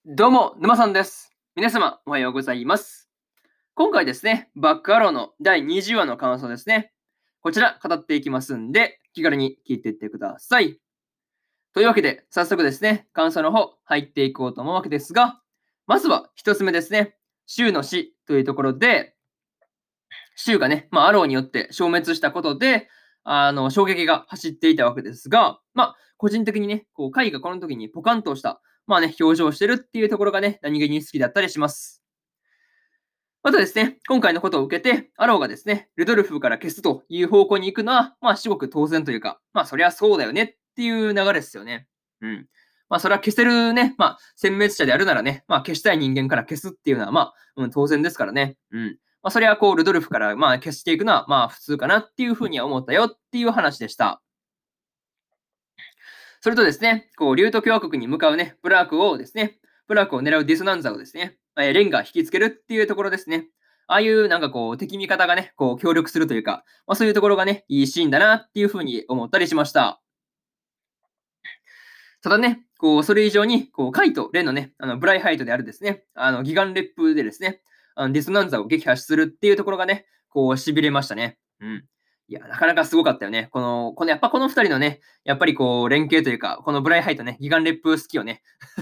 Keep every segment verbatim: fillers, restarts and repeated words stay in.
どうも、沼さんです。皆様、おはようございます。今回ですね、バックアローのだいにじゅうわの感想ですね。こちら、語っていきますんで、気軽に聞いていってください。というわけで、早速ですね、感想の方、入っていこうと思うわけですが、まずは一つ目ですね、シュウの死というところで、シュウがね、まあ、アローによって消滅したことで、あの、衝撃が走っていたわけですが、まあ、個人的にね、こう、カイがこの時にポカンとした、まあね、表情をしてるっていうところがね、何気に好きだったりします。またですね、今回のことを受けて、アローがですね、ルドルフから消すという方向に行くのは、まあ、至極当然というか、まあ、そりゃそうだよねっていう流れですよね。うん。まあ、それは消せるね、まあ、殲滅者であるならね、まあ、消したい人間から消すっていうのは、まあ、うん、当然ですからね。うん。まあ、それはこう、ルドルフから、まあ、消していくのは、まあ、普通かなっていうふうには思ったよっていう話でした。それとですね、こう、竜都共和国に向かうね、ブラークをですね、ブラークを狙うディスナンザをですね、えーレンが引きつけるっていうところですね。ああいうなんかこう、敵味方がね、こう協力するというか、まあ、そういうところがね、いいシーンだなっていうふうに思ったりしました。ただね、こう、それ以上に、こう、カイとレンのね、あの、ブライハイトであるですね、あの、ギガンレップでですね、あのディスナンザを撃破するっていうところがね、こう、痺れましたね。うん。いや、なかなかすごかったよね。この、この、やっぱこのふたりのね、やっぱりこう、連携というか、このブライハイとね、ギガンレップ好きよね。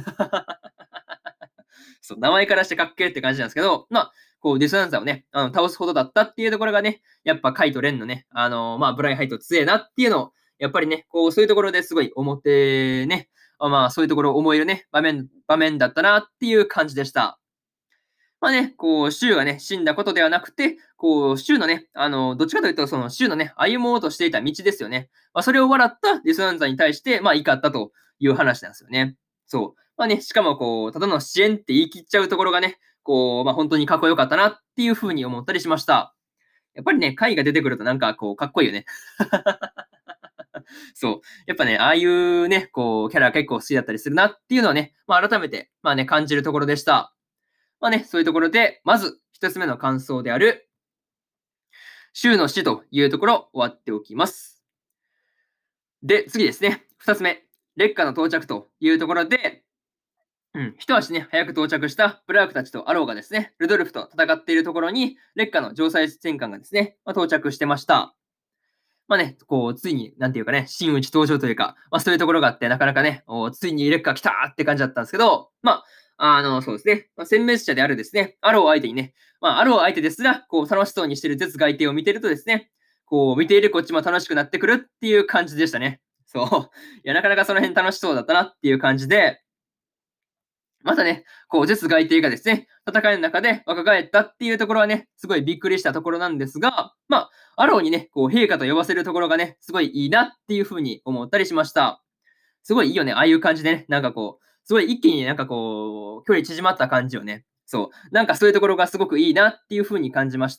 そう、名前からしてかっけーって感じなんですけど、まあ、こう、ディスナンザをね、あの、倒すほどだったっていうところがね、やっぱカイとレンのね、あのまあ、ブライハイト強えなっていうのを、やっぱりね、こう、そういうところですごい思ってね、あまあ、そういうところを思えるね、場面、場面だったなっていう感じでした。まあね、こう、シュウがね、死んだことではなくて、こう、シュウのね、あの、どっちかというと、その、シュウのね、歩もうとしていた道ですよね。まあ、それを笑ったディスナンザに対して、まあ、怒ったという話なんですよね。そう。まあね、しかも、こう、ただの支援って言い切っちゃうところがね、こう、まあ、本当にかっこよかったなっていうふうに思ったりしました。やっぱりね、回が出てくるとなんか、こう、かっこいいよね。そう。やっぱね、ああいうね、こう、キャラ結構好きだったりするなっていうのはね、まあ、改めて、まあね、感じるところでした。まあね、そういうところで、まず一つ目の感想である、週の死というところ終わっておきます。で、次ですね。二つ目。劣化の到着というところで、うん、一足ね、早く到着したブラークたちとアローがですね、ルドルフと戦っているところに、劣化の城塞戦艦がですね、まあ、到着してました。まあね、こう、ついに、なんていうかね、真打ち登場というか、まあそういうところがあって、なかなかね、おついに劣化来たーって感じだったんですけど、まあ、あの、そうですね、まあ、殲滅者であるですね、アロー相手にね、まあ、アロー相手ですら、こう、楽しそうにしてる絶外帝を見てるとですね、こう、見ているこっちも楽しくなってくるっていう感じでしたね。そう。いや、なかなかその辺楽しそうだったなっていう感じで、またね、こう、絶外帝がですね、戦いの中で若返ったっていうところはね、すごいびっくりしたところなんですが、まあ、アローにね、こう、陛下と呼ばせるところがね、すごいいいなっていう風に思ったりしました。すごいいいよね、ああいう感じでね、なんかこう、すごい一気になんかこう、距離縮まった感じよね。そう。なんかそういうところがすごくいいなっていう風に感じました。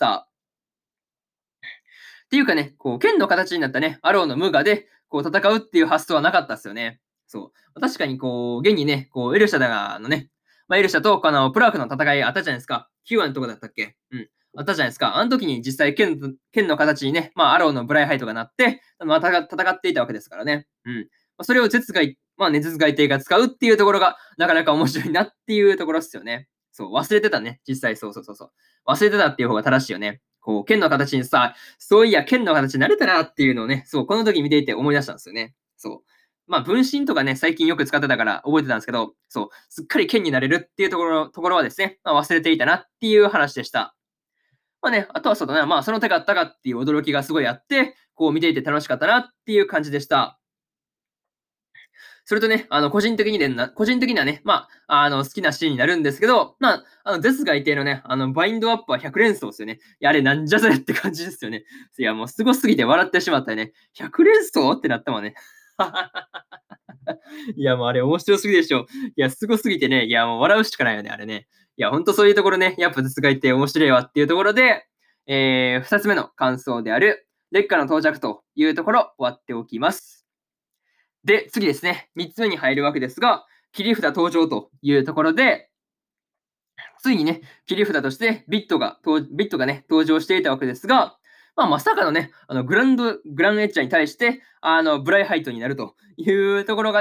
っていうかね、こう、剣の形になったね、アローの無我で、こう、戦うっていう発想はなかったっすよね。そう。確かにこう、現にね、こう、エルシャダが、のね、まあ、エルシャと、あの、プラークの戦いあったじゃないですか。きゅうわのとこだったっけうん。あったじゃないですか。あの時に実際剣、剣の形にね、まあ、アローのブライハイトがなって、まあ、戦戦っていたわけですからね。うん。まあ、それを絶外、まあね、絶外帝が使うっていうところが、なかなか面白いなっていうところっすよね。そう、忘れてたね。実際、そうそうそうそう。忘れてたっていう方が正しいよね。こう、剣の形にさ、そういや、剣の形になれたなっていうのをね、そう、この時見ていて思い出したんですよね。そう。まあ、分身とかね、最近よく使ってたから覚えてたんですけど、そう、すっかり剣になれるっていうところところはですね、まあ、忘れていたなっていう話でした。まあね、あとはそうだな、まあ、その手があったかっていう驚きがすごいあって、こう見ていて楽しかったなっていう感じでした。それとね、あの、個人的にでな、個人的にはね、まあ、あの、好きなシーンになるんですけど、まあ、あの、デス外帝のね、あの、バインドアップはひゃく連装ですよね。いや、あれなんじゃそれって感じですよね。いや、もうすごすぎて笑ってしまったよね。ひゃく連装ってなったもんね。いや、もうあれ面白すぎでしょ。いや、すごすぎてね、いや、もう笑うしかないよね、あれね。いや、ほんとそういうところね、やっぱデス外帝面白いわっていうところで、えー、二つ目の感想である、劣化の到着というところ、終わっておきます。で、次ですね、みっつめに入るわけですが、切り札登場というところで、ついにね、切り札としてビットが、ビットがね、登場していたわけですが、まあ、まさかのね、あのグランド、グランエッチャーに対して、あの、ブライハイトになるというところがね、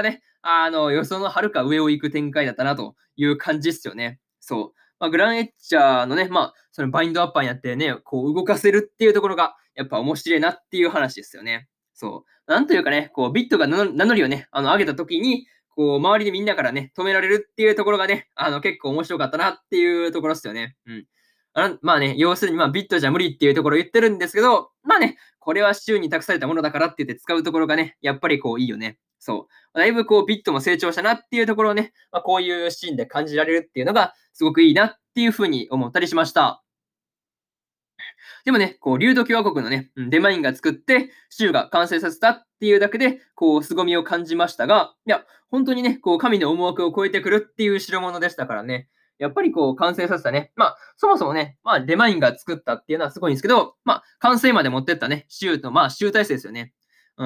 あの、予想のはるか上を行く展開だったなという感じっすよね。そう。まあ、グランエッチャーのね、まあ、そのバインドアッパーになってね、こう動かせるっていうところが、やっぱ面白いなっていう話ですよね。そう。なんというかね、こうビットが名乗名乗りをね、あの上げた時に、こう周りでみんなからね、止められるっていうところがね、あの結構面白かったなっていうところですよね。うん。あのまあね、要するにまあビットじゃ無理っていうところを言ってるんですけど、まあね、これは週に託されたものだからって言って使うところがね、やっぱりこういいよね。そう。だいぶこうビットも成長したなっていうところをね、まあ、こういうシーンで感じられるっていうのがすごくいいなっていうふうに思ったりしました。でもね、こう、リュード共和国のね、うんデマインが作って、州が完成させたっていうだけで、こう、凄みを感じましたが、いや、本当にね、こう、神の思惑を超えてくるっていう代物でしたからね。やっぱりこう、完成させたね。まあ、そもそもね、まあ、デマインが作ったっていうのはすごいんですけど、まあ、完成まで持ってったね、州と、まあ、集大成ですよね。うん、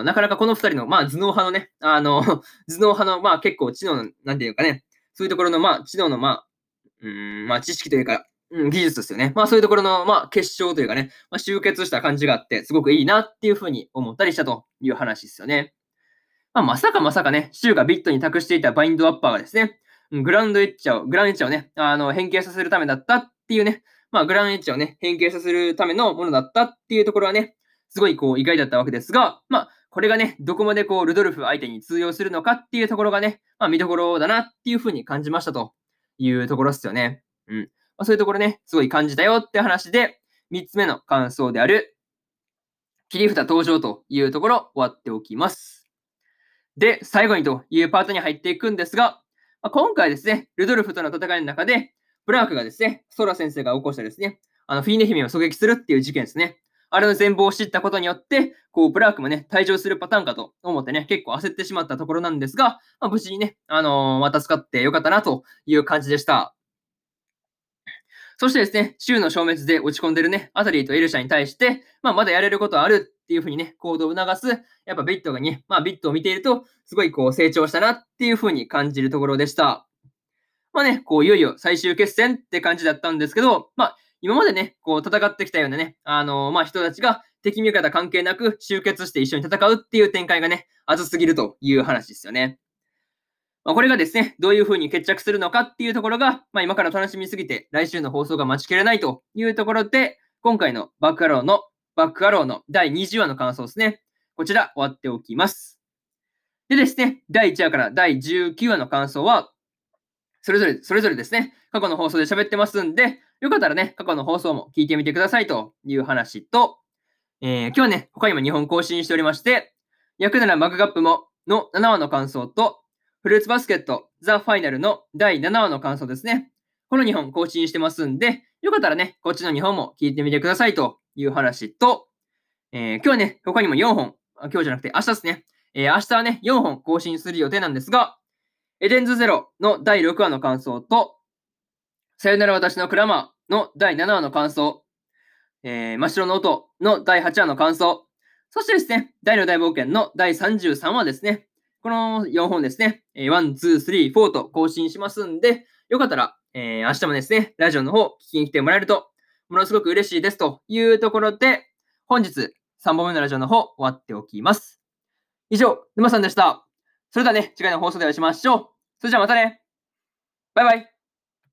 なかなかこのふたりの、まあ、頭脳派のね、あの、頭脳派の、まあ、結構知能の、なんていうかね、そういうところの、まあ、知能の、まあ、うーん、まあ、知識というか、うん、技術ですよね。まあ、そういうところの、まあ、結晶というかね、まあ、集結した感じがあって、すごくいいなっていう風に思ったりしたという話ですよね。まあ、まさかまさかね、シュウがビットに託していたバインドアッパーがですね、うんグランドエッジャーを、グランエッジャーをね、あの、変形させるためだったっていうね、まあ、グランエッジャーをね、変形させるためのものだったっていうところはね、すごいこう意外だったわけですが、まあ、これがね、どこまでこう、ルドルフ相手に通用するのかっていうところがね、まあ、見どころだなっていう風に感じましたというところですよね。うん。まあ、そういうところね、すごい感じたよって話で、みっつめの感想である、切り札登場というところ、終わっておきます。で、最後にというパートに入っていくんですが、まあ、今回ですね、ルドルフとの戦いの中で、ブラークがですね、ソラ先生が起こしたですね、あのフィーネ姫を狙撃するっていう事件ですね。あれの全貌を知ったことによって、こう、ブラークもね、退場するパターンかと思ってね、結構焦ってしまったところなんですが、まあ、無事にね、あのーまあ、助かってよかったなという感じでした。そしてですね、州の消滅で落ち込んでるね、アタリーとエルシャに対して、まあ、まだやれることはあるっていうふうにね、行動を促す、やっぱビットがね、まあ、ビットを見ていると、すごいこう成長したなっていうふうに感じるところでした。まあね、こういよいよ最終決戦って感じだったんですけど、まあ、今までね、こう戦ってきたようなね、あのーまあ、人たちが敵味方関係なく集結して一緒に戦うっていう展開がね、熱すぎるという話ですよね。まあ、これがですね、どういう風に決着するのかっていうところが、まあ、今から楽しみすぎて、来週の放送が待ちきれないというところで、今回のバックアローの、バックアローのだいにじゅうわの感想ですね。こちら終わっておきます。でですね、だいいちわからだいじゅうきゅうわの感想は、それぞれ、それぞれですね、過去の放送で喋ってますんで、よかったらね、過去の放送も聞いてみてくださいという話と、えー今日はね、他にもにほん更新しておりまして、焼くならマグカップものななわの感想と、フルーツバスケットザ・ファイナルのだいななわの感想ですね。このにほん更新してますんで、よかったらね、こっちのにほんも聞いてみてくださいという話と、えー今日はね、他にもよんほん、あ今日じゃなくて明日ですね。えー明日はね、よんほん更新する予定なんですが、エデンズゼロのだいろくわの感想と、さよなら私のクラマーのだいななわの感想、えー、真っ白の音のだいはちわの感想、そしてですね、大の大冒険のだいさんじゅうさんわですね。このよんほんですね、えー、いち、に、さん、よんと更新しますんで、よかったら、えー、明日もですね、ラジオの方聞きに来てもらえると、ものすごく嬉しいですというところで、本日さんぼんめのラジオの方終わっておきます。以上、沼さんでした。それではね、次回の放送でお会いしましょう。それじゃあまたね。バイバイ。